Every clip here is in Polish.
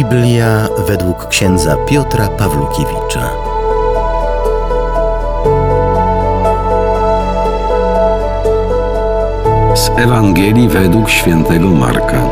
Biblia według księdza Piotra Pawlukiewicza. Z Ewangelii według świętego Marka.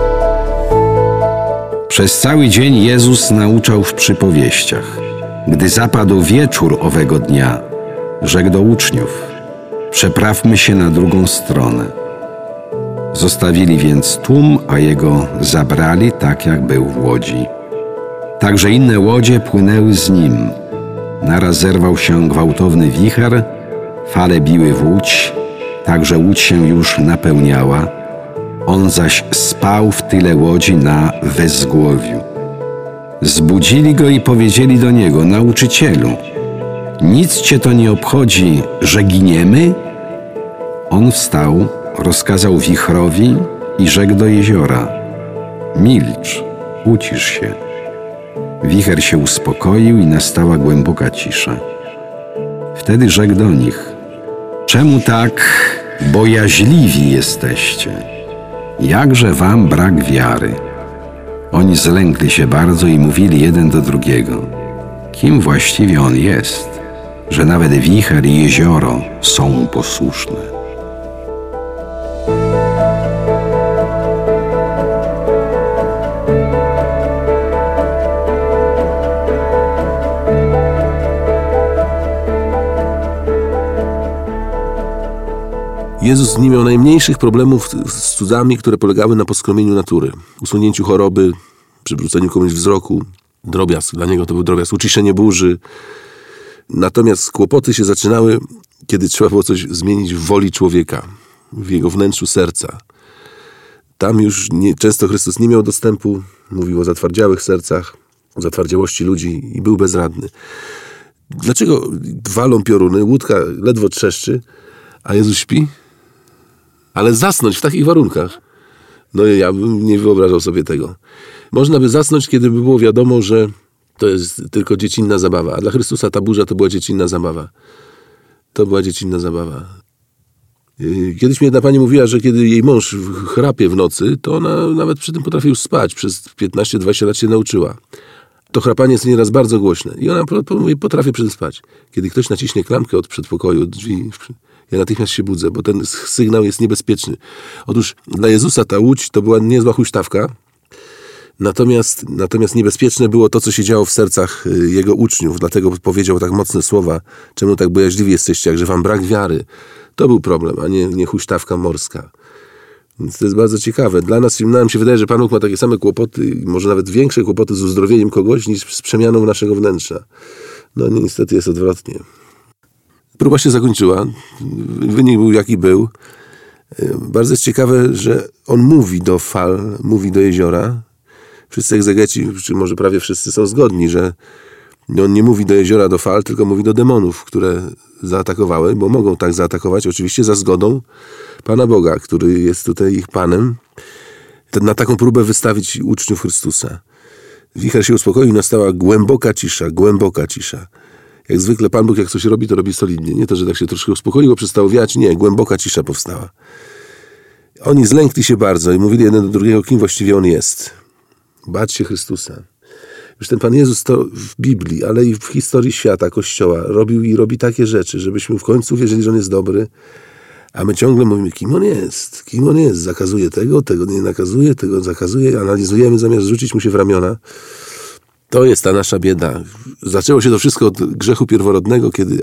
Przez cały dzień Jezus nauczał w przypowieściach. Gdy zapadł wieczór owego dnia, rzekł do uczniów: przeprawmy się na drugą stronę. Zostawili więc tłum, a Jego zabrali tak, jak był w łodzi. Także inne łodzie płynęły z Nim. Naraz zerwał się gwałtowny wicher, fale biły w łódź, tak że łódź się już napełniała. On zaś spał w tyle łodzi na wezgłowiu. Zbudzili Go i powiedzieli do Niego: Nauczycielu, nic Cię to nie obchodzi, że giniemy? On wstał, rozkazał wichrowi i rzekł do jeziora: milcz, ucisz się. Wicher się uspokoił i nastała głęboka cisza. Wtedy rzekł do nich: czemu tak bojaźliwi jesteście? Jakże wam brak wiary? Oni zlękli się bardzo i mówili jeden do drugiego: kim właściwie On jest, że nawet wicher i jezioro są Mu posłuszne? Jezus nie miał najmniejszych problemów z cudami, które polegały na poskromieniu natury, usunięciu choroby, przywróceniu komuś wzroku. Drobiazg, dla Niego to był drobiazg, uciszenie burzy. Natomiast kłopoty się zaczynały, kiedy trzeba było coś zmienić w woli człowieka, w jego wnętrzu serca. Tam już często Chrystus nie miał dostępu, mówił o zatwardziałych sercach, o zatwardziałości ludzi i był bezradny. Dlaczego walą pioruny, łódka ledwo trzeszczy, a Jezus śpi? Ale zasnąć w takich warunkach, no ja bym nie wyobrażał sobie tego. Można by zasnąć, kiedy by było wiadomo, że to jest tylko dziecinna zabawa. A dla Chrystusa ta burza to była dziecinna zabawa. To była dziecinna zabawa. Kiedyś mi jedna pani mówiła, że kiedy jej mąż chrapie w nocy, to ona nawet przy tym potrafi już spać. Przez 15-20 lat się nauczyła. To chrapanie jest nieraz bardzo głośne. I ona mówi: potrafię przy tym spać. Kiedy ktoś naciśnie klamkę od przedpokoju, od drzwi, ja natychmiast się budzę, bo ten sygnał jest niebezpieczny. Otóż dla Jezusa ta łódź to była niezła huśtawka, natomiast niebezpieczne było to, co się działo w sercach Jego uczniów. Dlatego powiedział tak mocne słowa: czemu tak bojaźliwi jesteście, jakże wam brak wiary. To był problem, a nie huśtawka morska. Więc to jest bardzo ciekawe. Dla nas nam się wydaje, że Pan Bóg ma takie same kłopoty, może nawet większe kłopoty z uzdrowieniem kogoś, niż z przemianą naszego wnętrza. No niestety jest odwrotnie. Próba się zakończyła. Wynik był jaki był. Bardzo jest ciekawe, że On mówi do fal, mówi do jeziora. Wszyscy egzegeci, czy może prawie wszyscy, są zgodni, że On nie mówi do jeziora, do fal, tylko mówi do demonów, które zaatakowały, bo mogą tak zaatakować, oczywiście za zgodą Pana Boga, który jest tutaj ich Panem, na taką próbę wystawić uczniów Chrystusa. Wicher się uspokoił i nastała głęboka cisza. Jak zwykle Pan Bóg, jak coś robi, to robi solidnie. Nie to, że tak się troszkę uspokoiło, przestało wiać. Nie, głęboka cisza powstała. Oni zlękli się bardzo i mówili jeden do drugiego, kim właściwie On jest. Bać się Chrystusa. Już ten Pan Jezus to w Biblii, ale i w historii świata, Kościoła robił i robi takie rzeczy, żebyśmy w końcu wierzyli, że On jest dobry, a my ciągle mówimy, kim On jest, zakazuje tego nie nakazuje, tego zakazuje, analizujemy zamiast rzucić Mu się w ramiona. To jest ta nasza bieda. Zaczęło się to wszystko od grzechu pierworodnego, kiedy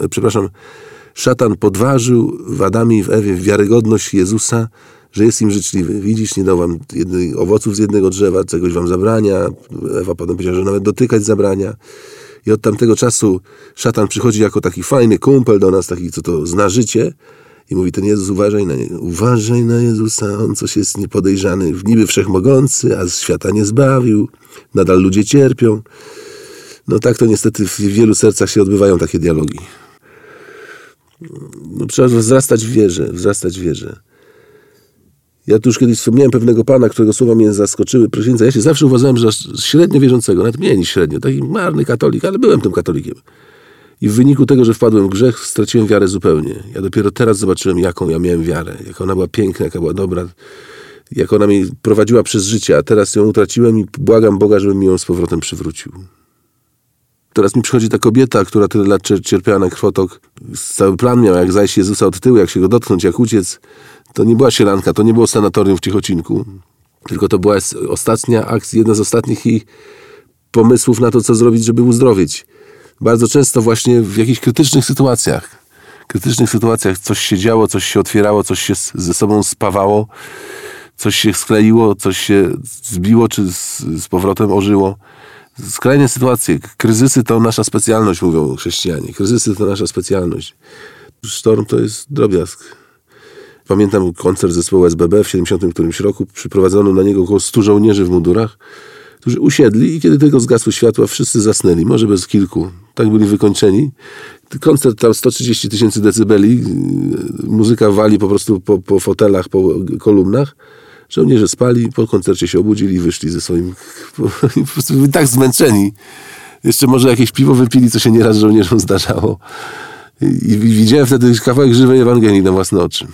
szatan podważył w Adamie i w Ewie wiarygodność Jezusa, że jest im życzliwy. Widzisz, nie dał wam owoców z jednego drzewa, czegoś wam zabrania. Ewa potem powiedziała, że nawet dotykać zabrania. I od tamtego czasu szatan przychodzi jako taki fajny kumpel do nas, taki, co to zna życie. I mówi ten Jezus: uważaj na Niego. Uważaj na Jezusa, On coś jest niepodejrzany, niby wszechmogący, a z świata nie zbawił. Nadal ludzie cierpią. No tak to niestety w wielu sercach się odbywają takie dialogi. No, trzeba wzrastać w wierze. Ja tu już kiedyś wspomniałem pewnego pana, którego słowa mnie zaskoczyły. Proszę księdza, ja się zawsze uważałem za średnio wierzącego, nawet mniej niż średnio, taki marny katolik, ale byłem tym katolikiem. I w wyniku tego, że wpadłem w grzech, straciłem wiarę zupełnie. Ja dopiero teraz zobaczyłem, jaką ja miałem wiarę. Jak ona była piękna, jaka była dobra. jak ona mnie prowadziła przez życie, a teraz ją utraciłem i błagam Boga, żeby mi ją z powrotem przywrócił. Teraz mi przychodzi ta kobieta, która tyle lat cierpiała na krwotok. Cały plan miał, jak zajść Jezusa od tyłu, jak się go dotknąć, jak uciec. To nie była sielanka, to nie było sanatorium w Ciechocinku. Tylko to była ostatnia akcja, jedna z ostatnich jej pomysłów na to, co zrobić, żeby uzdrowić. Bardzo często właśnie w jakichś krytycznych sytuacjach coś się działo, coś się otwierało, coś się ze sobą spawało, coś się skleiło, coś się zbiło, czy z powrotem ożyło. Skrajne sytuacje, kryzysy to nasza specjalność, mówią chrześcijanie. Kryzysy to nasza specjalność. Sztorm to jest drobiazg. Pamiętam koncert zespołu SBB w 70 którymś roku. Przyprowadzono na niego około 100 żołnierzy w mundurach, którzy usiedli i kiedy tylko zgasły światła, wszyscy zasnęli. Może bez kilku. Tak byli wykończeni. Koncert tam 130 000 decybeli. Muzyka wali po prostu po fotelach, po kolumnach. Żołnierze spali, po koncercie się obudzili i wyszli ze swoim... Po prostu byli tak zmęczeni. Jeszcze może jakieś piwo wypili, co się nieraz żołnierzom zdarzało. I widziałem wtedy kawałek żywej Ewangelii na własne oczy.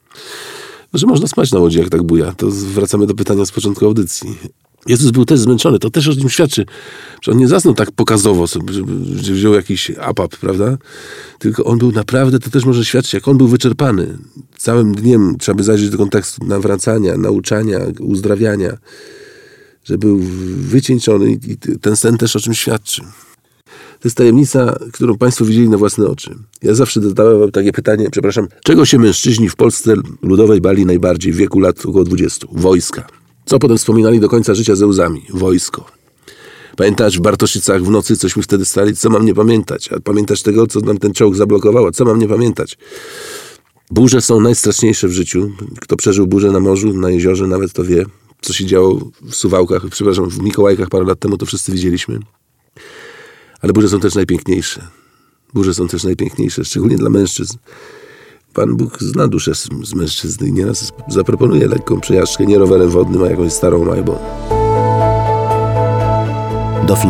Że można spać na łodzi, jak tak buja. To wracamy do pytania z początku audycji. Jezus był też zmęczony. To też o nim świadczy, że on nie zasnął tak pokazowo, że wziął jakiś apap, prawda? Tylko on był naprawdę, to też może świadczyć, jak on był wyczerpany. Całym dniem trzeba by zajrzeć do kontekstu nawracania, nauczania, uzdrawiania. Że był wycieńczony i ten sen też o czym świadczy. To jest tajemnica, którą Państwo widzieli na własne oczy. Ja zawsze zadawałem takie pytanie, czego się mężczyźni w Polsce ludowej bali najbardziej w wieku lat około 20? Wojska. Co potem wspominali do końca życia ze łzami? Wojsko. Pamiętasz w Bartoszycach w nocy, cośmy wtedy stali? Co mam nie pamiętać? A pamiętasz tego, co nam ten czołg zablokowało? Co mam nie pamiętać? Burze są najstraszniejsze w życiu. Kto przeżył burzę na morzu, na jeziorze, nawet to wie. Co się działo w Suwałkach, w Mikołajkach parę lat temu, to wszyscy widzieliśmy. Ale burze są też najpiękniejsze. Burze są też najpiękniejsze, szczególnie dla mężczyzn. Pan Bóg zna duszę z mężczyzny i nieraz zaproponuje lekką przejażdżkę, nie rowerem wodnym, a jakąś starą majbą.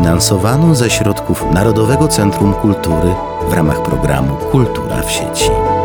Dofinansowano ze środków Narodowego Centrum Kultury w ramach programu Kultura w sieci.